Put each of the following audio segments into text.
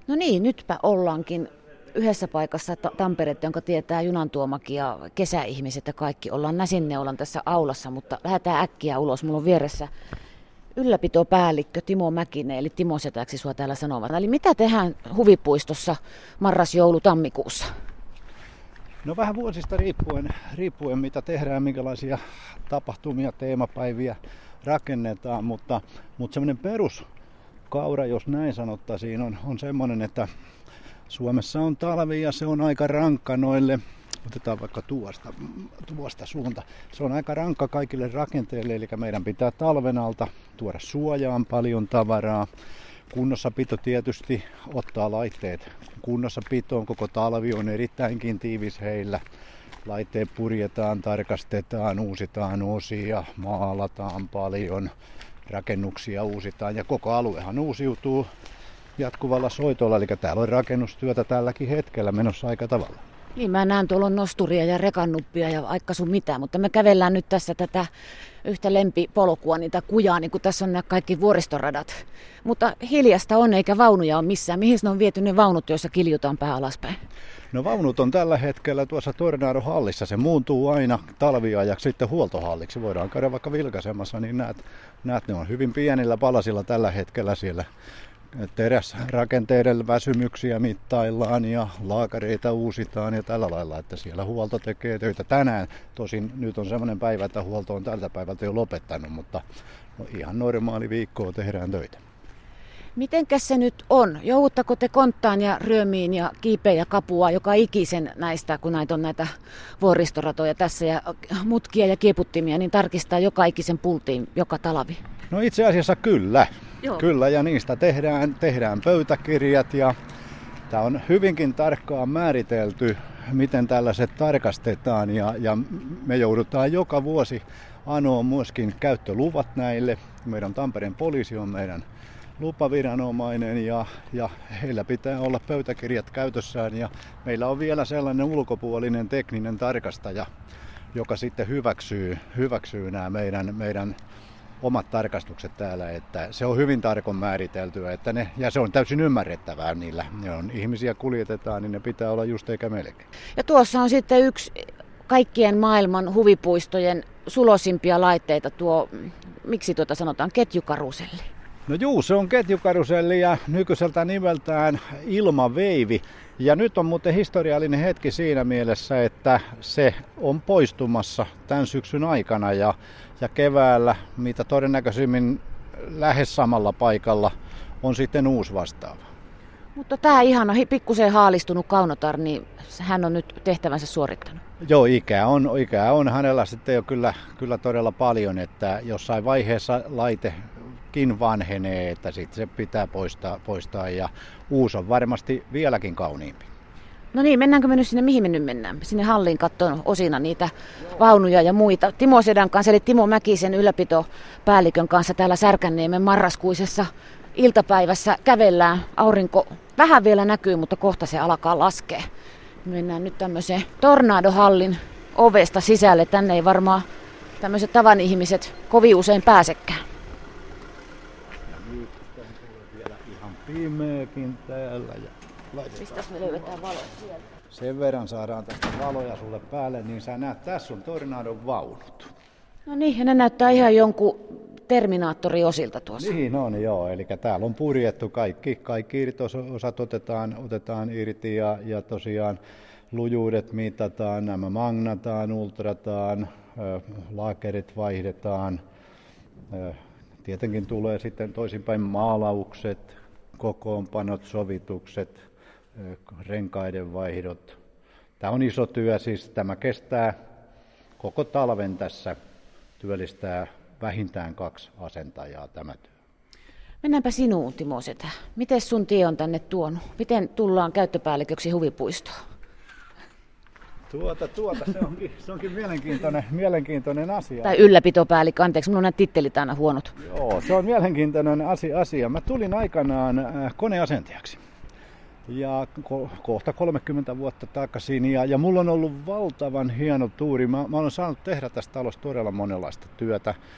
No niin, nytpä ollaankin yhdessä paikassa Tampereetta, jonka tietää Junantuomakin ja kesäihmiset ja kaikki. Ollaan näsinneulan tässä aulassa, mutta lähdetään äkkiä ulos. Mulla on vieressä ylläpitopäällikkö Timo Mäkinen, eli Timo Setäksi sua täällä sanovat. Eli mitä tehdään huvipuistossa marras-joulu-tammikuussa? No vähän vuosista riippuen mitä tehdään, minkälaisia tapahtumia, teemapäiviä rakennetaan, mutta semmoinen peruskaura, jos näin sanottaisiin, on semmoinen, että Suomessa on talvi ja se on aika rankka noille, otetaan vaikka tuosta suunta. Se on aika rankka kaikille rakenteille, eli meidän pitää talven alta tuoda suojaan paljon tavaraa. Kunnossapito tietysti ottaa laitteet kunnossapitoon, koko talvi on erittäinkin tiivis heillä. Laitteet purjetaan, tarkastetaan, uusitaan osia, maalataan paljon, rakennuksia uusitaan ja koko aluehan uusiutuu jatkuvalla soitolla, eli täällä on rakennustyötä tälläkin hetkellä menossa aika tavalla. Niin, mä näen tuolla on nosturia ja rekannuppia ja vaikka sun mitään, mutta me kävellään nyt tässä tätä yhtä lempipolkua, niitä kujaa, niin kuin tässä on nämä kaikki vuoristoradat. Mutta hiljasta on, eikä vaunuja ole missään. Mihin ne on viety ne vaunut, joissa kiljutaan pää alaspäin? No vaunut on tällä hetkellä tuossa Tornado-hallissa. Se muuntuu aina talviajaksi sitten huoltohalliksi. Voidaan käydä vaikka vilkaisemassa, niin näet ne on hyvin pienillä palasilla tällä hetkellä siellä. Teräsrakenteiden väsymyksiä mittaillaan ja laakareita uusitaan ja tällä lailla, että siellä huolto tekee töitä tänään. Tosin nyt on semmoinen päivä, että huolto on tältä päivältä jo lopettanut, mutta ihan normaali viikkoa tehdään töitä. Mitenkäs se nyt on? Joudutteko te konttaan ja ryömiin ja kiipeen ja kapua joka ikisen näistä, kun näitä on näitä vuoristoratoja tässä ja mutkia ja kieputtimia, niin tarkistaa joka ikisen pultiin joka talvi? No itse asiassa kyllä. Joo. Kyllä, ja niistä tehdään pöytäkirjat ja tämä on hyvinkin tarkkaan määritelty, miten tällaiset tarkastetaan ja me joudutaan joka vuosi anoa myöskin käyttöluvat näille. Meidän Tampereen poliisi on meidän lupaviranomainen ja heillä pitää olla pöytäkirjat käytössään ja meillä on vielä sellainen ulkopuolinen tekninen tarkastaja, joka sitten hyväksyy nämä meidän omat tarkastukset täällä, että se on hyvin tarkoin määriteltyä, ja se on täysin ymmärrettävää niillä. Ne on ihmisiä kuljetetaan, niin ne pitää olla just eikä melkein. Ja tuossa on sitten yksi kaikkien maailman huvipuistojen sulosimpia laitteita tuo, miksi tuota sanotaan, ketjukaruselli. No juu, se on ketjukaruselli ja nykyiseltä nimeltään ilmaveivi. Ja nyt on muuten historiallinen hetki siinä mielessä, että se on poistumassa tämän syksyn aikana ja keväällä, mitä todennäköisimmin lähes samalla paikalla, on sitten uusi vastaava. Mutta tämä ihana, pikkusen haalistunut kaunotar, niin hän on nyt tehtävänsä suorittanut. Joo, ikää on hänellä sitten jo kyllä todella paljon, että jossain vaiheessa laitekin vanhenee, että sitten se pitää poistaa ja uusi on varmasti vieläkin kauniimpi. No niin, mennäänkö me nyt sinne, mihin me nyt mennään? Sinne halliin katsomaan osina niitä vaunuja ja muita. Timo Sedän kanssa, eli Timo Mäkisen ylläpitopäällikön kanssa täällä Särkänniemen marraskuisessa iltapäivässä kävellään. Aurinko vähän vielä näkyy, mutta kohta se alkaa laskea. Mennään nyt tämmöiseen Tornado-hallin ovesta sisälle. Tänne ei varmaan tämmöiset tavan ihmiset kovin usein pääsekään. Ja nyt on vielä ihan pimeäkin täällä. Mistäs me löydetään valoja sieltä? Sen verran saadaan tästä valoja sulle päälle, niin sä näet, tässä on Tornadon vaunut. No niin, ja ne näyttää ihan jonkun Terminaattori-osilta tuossa. Niin on, joo. Eli täällä on purjettu kaikki irtosat otetaan irti ja tosiaan lujuudet mitataan, nämä magnataan, ultrataan, laakerit vaihdetaan. Tietenkin tulee sitten toisinpäin maalaukset, kokoonpanot, sovitukset, renkaiden vaihdot. Tämä on iso työ, siis tämä kestää koko talven tässä, työllistää vähintään 2 asentajaa tämä työ. Mennäänpä sinuun, Timo Setä. Miten sun tie on tänne tuonut? Miten tullaan käyttöpäälliköksi huvipuistoon? Se onkin mielenkiintoinen asia. Tai ylläpitopäällikkö, anteeksi, minulla on nämä tittelit aina huonot. Joo, se on mielenkiintoinen asia. Mä tulin aikanaan koneasentajaksi. Ja kohta 30 vuotta takaisin. Ja mulla on ollut valtavan hieno tuuri. Mä olen saanut tehdä tästä talosta todella monenlaista työtä.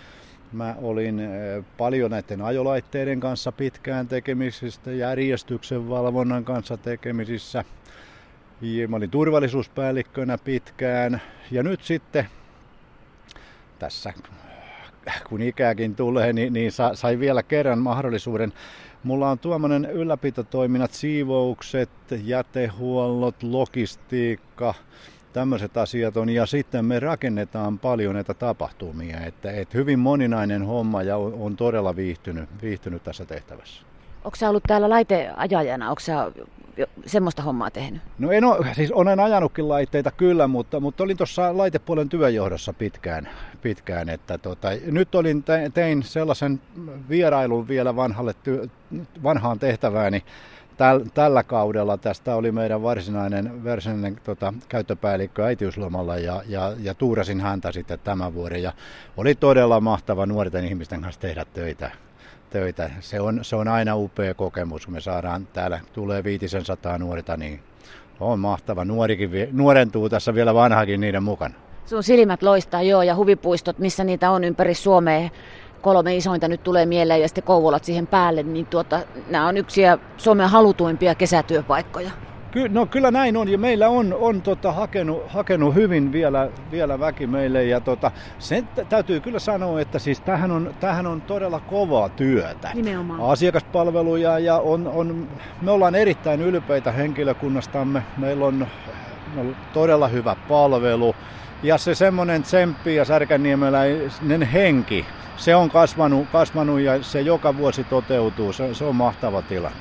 Mä olin paljon näiden ajolaitteiden kanssa pitkään tekemisissä, järjestyksen valvonnan kanssa tekemisissä. Ja mä olin turvallisuuspäällikkönä pitkään ja nyt sitten tässä kun ikääkin tulee, niin sai vielä kerran mahdollisuuden. Mulla on tuommoinen ylläpitotoiminnat, siivoukset, jätehuollot, logistiikka, tämmöiset asiat on. Ja sitten me rakennetaan paljon näitä tapahtumia. Että hyvin moninainen homma ja on todella viihtynyt tässä tehtävässä. Onko sä ollut täällä laiteajajana? Onko sä semmoista hommaa tehnyt? No siis olen ajanutkin laitteita kyllä, mutta olin tuossa laitepuolen työjohdossa pitkään että nyt tein sellaisen vierailun vielä vanhaan tehtävääni tällä kaudella. Tästä oli meidän varsinainen käyttöpäällikkö äitiyslomalla ja tuurasin häntä sitten tämän vuoden ja oli todella mahtava nuorten ihmisten kanssa tehdä töitä. Se on aina upea kokemus, kun me saadaan täällä, tulee 500 nuorta, niin on mahtava. Nuorentuu tässä vielä vanhakin niiden mukana. Sun silmät loistaa ja huvipuistot, missä niitä on ympäri Suomea. 3 isointa nyt tulee mieleen ja sitten Kouvolat siihen päälle, niin nämä on yksi Suomen halutuimpia kesätyöpaikkoja. Kyllä näin on ja meillä on hakenut hyvin vielä väki meille ja sen täytyy kyllä sanoa, että siis tämähän on todella kovaa työtä. Nimenomaan. Asiakaspalveluja ja me ollaan erittäin ylpeitä henkilökunnastamme, meillä on todella hyvä palvelu ja se semmoinen tsemppi ja särkänniemeläinen henki, se on kasvanut ja se joka vuosi toteutuu, se on mahtava tilanne.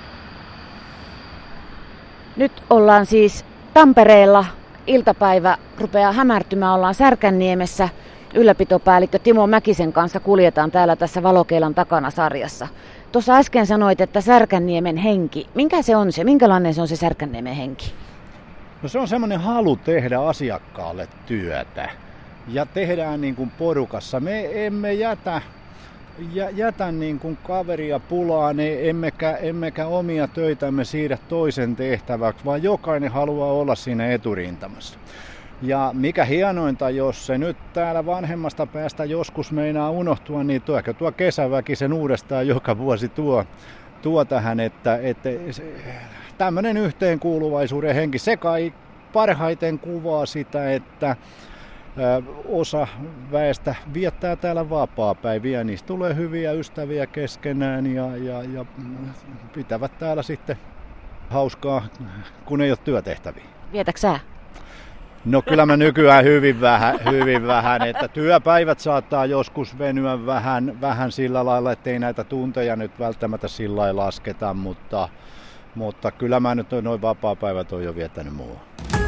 Nyt ollaan siis Tampereella, iltapäivä rupeaa hämärtymään, ollaan Särkänniemessä, ylläpitopäällikkö Timo Mäkisen kanssa kuljetaan täällä tässä Valokeilan takana sarjassa. Tuossa äsken sanoit, että Särkänniemen henki, minkälainen se on se Särkänniemen henki? No se on semmoinen halu tehdä asiakkaalle työtä ja tehdään niin kuin porukassa. Me emme jätä niin kuin kaveria pulaan, emmekä omia töitämme siirrä toisen tehtäväksi, vaan jokainen haluaa olla siinä eturintamassa. Ja mikä hienointa, jos se nyt täällä vanhemmasta päästä joskus meinaa unohtua, niin tuo kesäväki sen uudestaan joka vuosi tuo tähän, että tämmöinen yhteenkuuluvaisuuden henki, se kai parhaiten kuvaa sitä, että osa väestä viettää täällä vapaapäiviä, niistä tulee hyviä ystäviä keskenään ja pitävät täällä sitten hauskaa, kun ei ole työtehtäviä. Vietätkö sä? No kyllä mä nykyään hyvin vähän, että työpäivät saattaa joskus venyä vähän sillä lailla, ettei näitä tunteja nyt välttämättä sillä lailla lasketa, mutta kyllä mä nyt noin vapaapäivät on jo viettänyt muualla.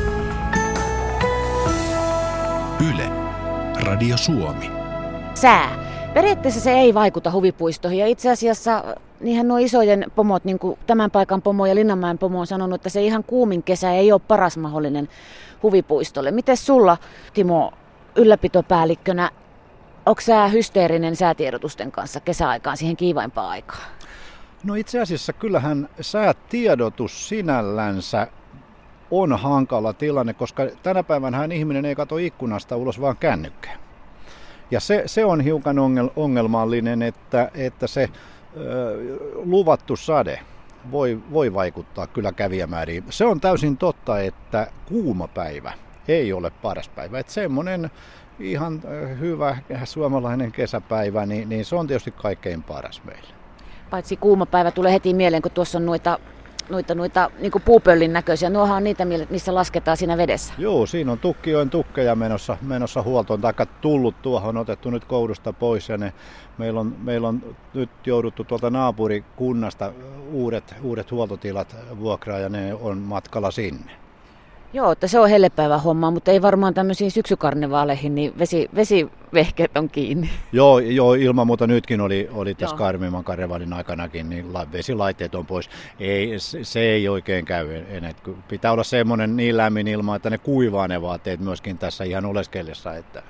Yle, Radio Suomi. Sää. Periaatteessa se ei vaikuta huvipuistoihin ja itse asiassa niinhän nuo isojen pomot, niin kuin tämän paikan pomo ja Linnanmäen pomo on sanonut, että se ihan kuumin kesä ei ole paras mahdollinen huvipuistolle. Miten sulla, Timo, ylläpitopäällikkönä, onko sä hysteerinen säätiedotusten kanssa kesäaikaan siihen kiivaimpaan aikaan? No itse asiassa kyllähän säätiedotus sinällänsä on hankala tilanne, koska tänä päivänähän ihminen ei katso ikkunasta ulos vaan kännykkään. Ja se on hiukan ongelmallinen, että se luvattu sade voi vaikuttaa kyllä kävijämääriin. Se on täysin totta, että kuuma päivä ei ole paras päivä. Että semmoinen ihan hyvä suomalainen kesäpäivä, niin se on tietysti kaikkein paras meille. Paitsi kuuma päivä tulee heti mieleen, kun tuossa on noita niin kuin puupöllin näköisiä. Nuohan on niitä, missä lasketaan siinä vedessä. Joo, siinä on Tukkijoen tukkeja menossa huoltoon, taikka tullut tuohon, otettu nyt koudusta pois. Ja meillä on nyt jouduttu tuolta naapurikunnasta uudet huoltotilat vuokraa ja ne on matkalla sinne. Joo, että se on hellepäivän hommaa, mutta ei varmaan tämmöisiin syksykarnevaaleihin, niin vesivehkeet on kiinni. Joo, ilman muuta nytkin oli tässä Karmiman karnevaalin aikanakin, niin vesilaitteet on pois. Se ei oikein käy. Pitää olla semmoinen niin lämmin ilma, että ne kuivaa ne vaatteet myöskin tässä ihan oleskellessa. Että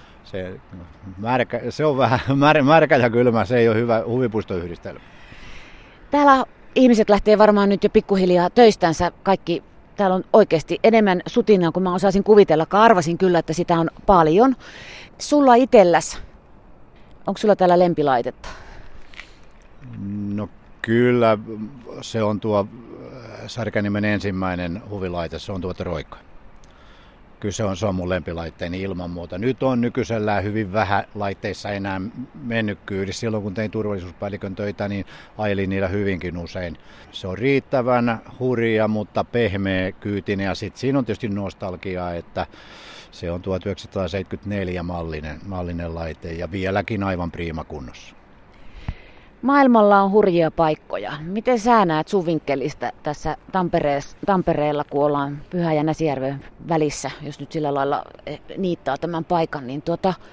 se on vähän märkä ja kylmä, se ei ole hyvä huvipuistoyhdistelmä. Täällä ihmiset lähtee varmaan nyt jo pikkuhiljaa töistänsä kaikki. Täällä on oikeasti enemmän sutinaa kuin mä osaisin kuvitella. Arvasin kyllä, että sitä on paljon. Sulla itselläs, Onko sulla täällä lempilaitetta? No kyllä, se on tuo Särkänniemen ensimmäinen huvilaite, se on tuo Troika. Kyllä se on mun lempilaitteeni ilman muuta. Nyt on nykyisellään hyvin vähän laitteissa enää mennyt kyydissä. Silloin kun tein turvallisuuspäällikön töitä, niin ajelin niillä hyvinkin usein. Se on riittävän hurja, mutta pehmeä kyytinen. Ja sitten siinä on tietysti nostalgiaa, että se on 1974 mallinen laite ja vieläkin aivan priimakunnossa. Maailmalla on hurjia paikkoja. Miten sä näet sun vinkkelistä tässä Tampereella, kun ollaan Pyhä- ja Näsijärven välissä, jos nyt sillä lailla niittaa tämän paikan, niin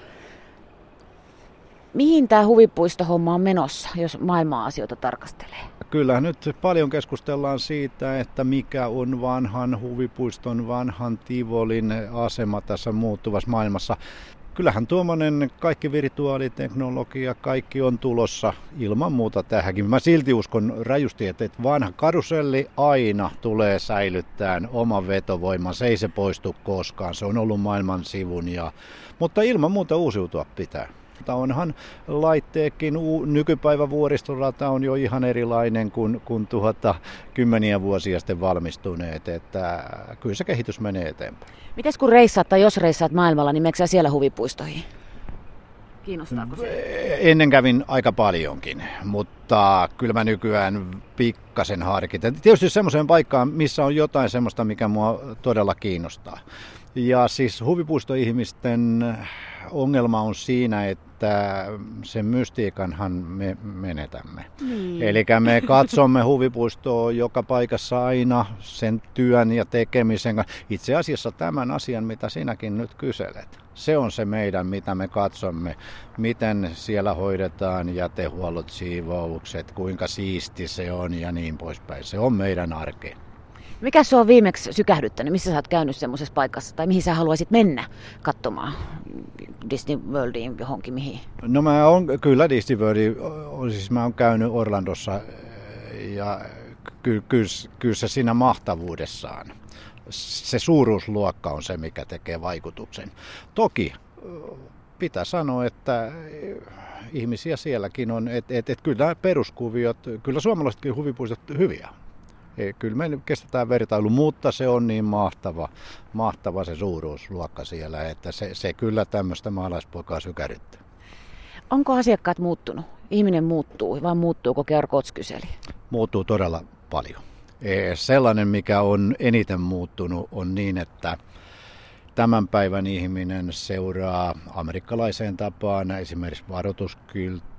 mihin tämä huvipuistohomma on menossa, jos maailman asioita tarkastelee? Kyllähän nyt paljon keskustellaan siitä, että mikä on vanhan huvipuiston, vanhan Tivolin asema tässä muuttuvassa maailmassa. Kyllähän tuommoinen kaikki virtuaaliteknologia, kaikki on tulossa ilman muuta tähänkin. Mä silti uskon rajusti, että vanha karuselli aina tulee säilyttämään oman vetovoiman. Se ei se poistu koskaan. Se on ollut maailman sivun. Mutta ilman muuta uusiutua pitää. Onhan laitteekin, nykypäivä vuoristorata on jo ihan erilainen kuin kymmeniä vuosia sitten valmistuneet, että kyllä se kehitys menee eteenpäin. Mites kun reissaat tai jos reissaat maailmalla, niin meneekö sä siellä huvipuistoihin? Kiinnostaako se? Ennen kävin aika paljonkin, mutta kyllä mä nykyään pikkasen harkiten. Tietysti semmoiseen paikkaan, missä on jotain semmoista, mikä mua todella kiinnostaa. Ja siis huvipuistoihmisten ongelma on siinä, että sen mystiikanhan me menetämme. Eli me katsomme huvipuistoa joka paikassa aina sen työn ja tekemisen. Itse asiassa tämän asian, mitä sinäkin nyt kyselet, se on se meidän, mitä me katsomme, miten siellä hoidetaan jätehuollot, siivoukset, kuinka siisti se on ja niin poispäin. Se on meidän arkea. Mikä se on viimeksi sykähdyttänyt? Missä sä oot käynyt semmoisessa paikassa? Tai mihin sä haluaisit mennä katsomaan? Disney Worldiin johonkin mihin? No mä oon kyllä Disney Worldiin. Siis mä oon käynyt Orlandossa ja kyllä se siinä mahtavuudessaan. Se suuruusluokka on se, mikä tekee vaikutuksen. Toki pitää sanoa, että ihmisiä sielläkin on. Että kyllä nämä peruskuviot, kyllä suomalaisetkin huvipuistot hyviä. Kyllä me kestetään vertailu, mutta se on niin mahtava se suuruusluokka siellä, että se kyllä tämmöistä maalaispoikaa sykäryttää. Onko asiakkaat muuttunut? Ihminen muuttuu, vai muuttuuko Georg Kotz kyseli? Muuttuu todella paljon. Sellainen, mikä on eniten muuttunut, on niin, että tämän päivän ihminen seuraa amerikkalaiseen tapaan esimerkiksi varoituskylttejä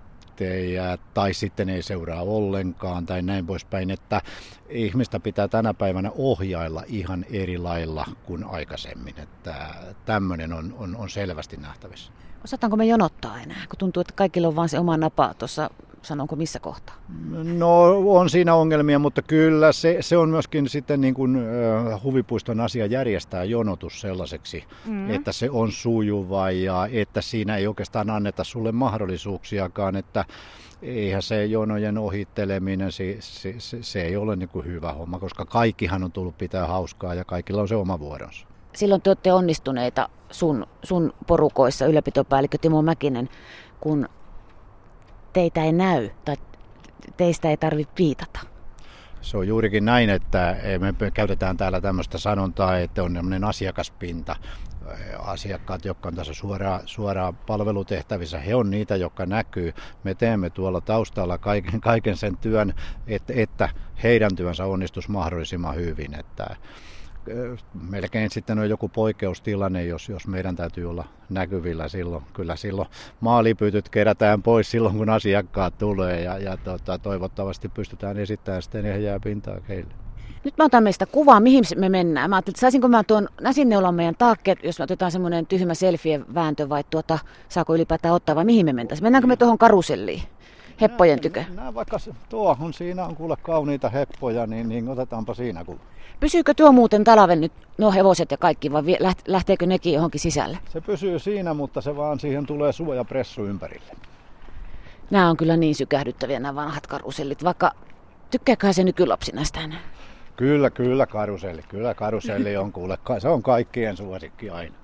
tai sitten ei seuraa ollenkaan tai näin poispäin, että ihmistä pitää tänä päivänä ohjailla ihan eri lailla kuin aikaisemmin, että tämmöinen on selvästi nähtävissä. Osataanko me jonottaa enää, kun tuntuu, että kaikilla on vaan se oma napa tuossa, sanonko missä kohtaa? No on siinä ongelmia, mutta kyllä se on myöskin sitten niin kuin huvipuiston asia järjestää jonotus sellaiseksi, että se on sujuva ja että siinä ei oikeastaan anneta sulle mahdollisuuksiakaan, että eihän se jonojen ohitteleminen, se ei ole niin kuin hyvä homma, koska kaikkihan on tullut pitää hauskaa ja kaikilla on se oma vuoronsa. Silloin te olette onnistuneita sun porukoissa, ylläpitopäällikkö Timo Mäkinen, kun teitä ei näy tai teistä ei tarvitse piitata. Se on juurikin näin, että me käytetään täällä tämmöistä sanontaa, että on tämmöinen asiakaspinta. Asiakkaat, jotka on tässä suoraan palvelutehtävissä, he on niitä, jotka näkyy. Me teemme tuolla taustalla kaiken sen työn, että heidän työnsä onnistuisi mahdollisimman hyvin. Että melkein sitten on joku poikkeustilanne, jos meidän täytyy olla näkyvillä silloin. Kyllä silloin maalipyytyt kerätään pois silloin, kun asiakkaat tulee ja toivottavasti pystytään esittämään sitten ehjää pintaa heille. Nyt mä otan meistä kuvaa, mihin me mennään. Mä ajattelin, että saisinko mä tuon näsinneulan meidän taakke, jos me otetaan semmoinen tyhmä selfie-vääntö vai saako ylipäätään ottaa vai mihin me mentäisiin? Mennäänkö me tuohon karuselliin, heppojen tykö? Vaikka tuohon siinä on kuule kauniita heppoja, niin otetaanpa siinä kuule. Pysyykö tuo muuten talven nyt, nuo hevoset ja kaikki, vai lähteekö nekin johonkin sisälle? Se pysyy siinä, mutta se vaan siihen tulee suojapressu ympärille. Nämä on kyllä niin sykähdyttäviä nämä vanhat karusellit, vaikka tykkääköhän se nykylapsi näistä enää? Kyllä karuselli. Kyllä karuselli on kuule, se on kaikkien suosikki aina.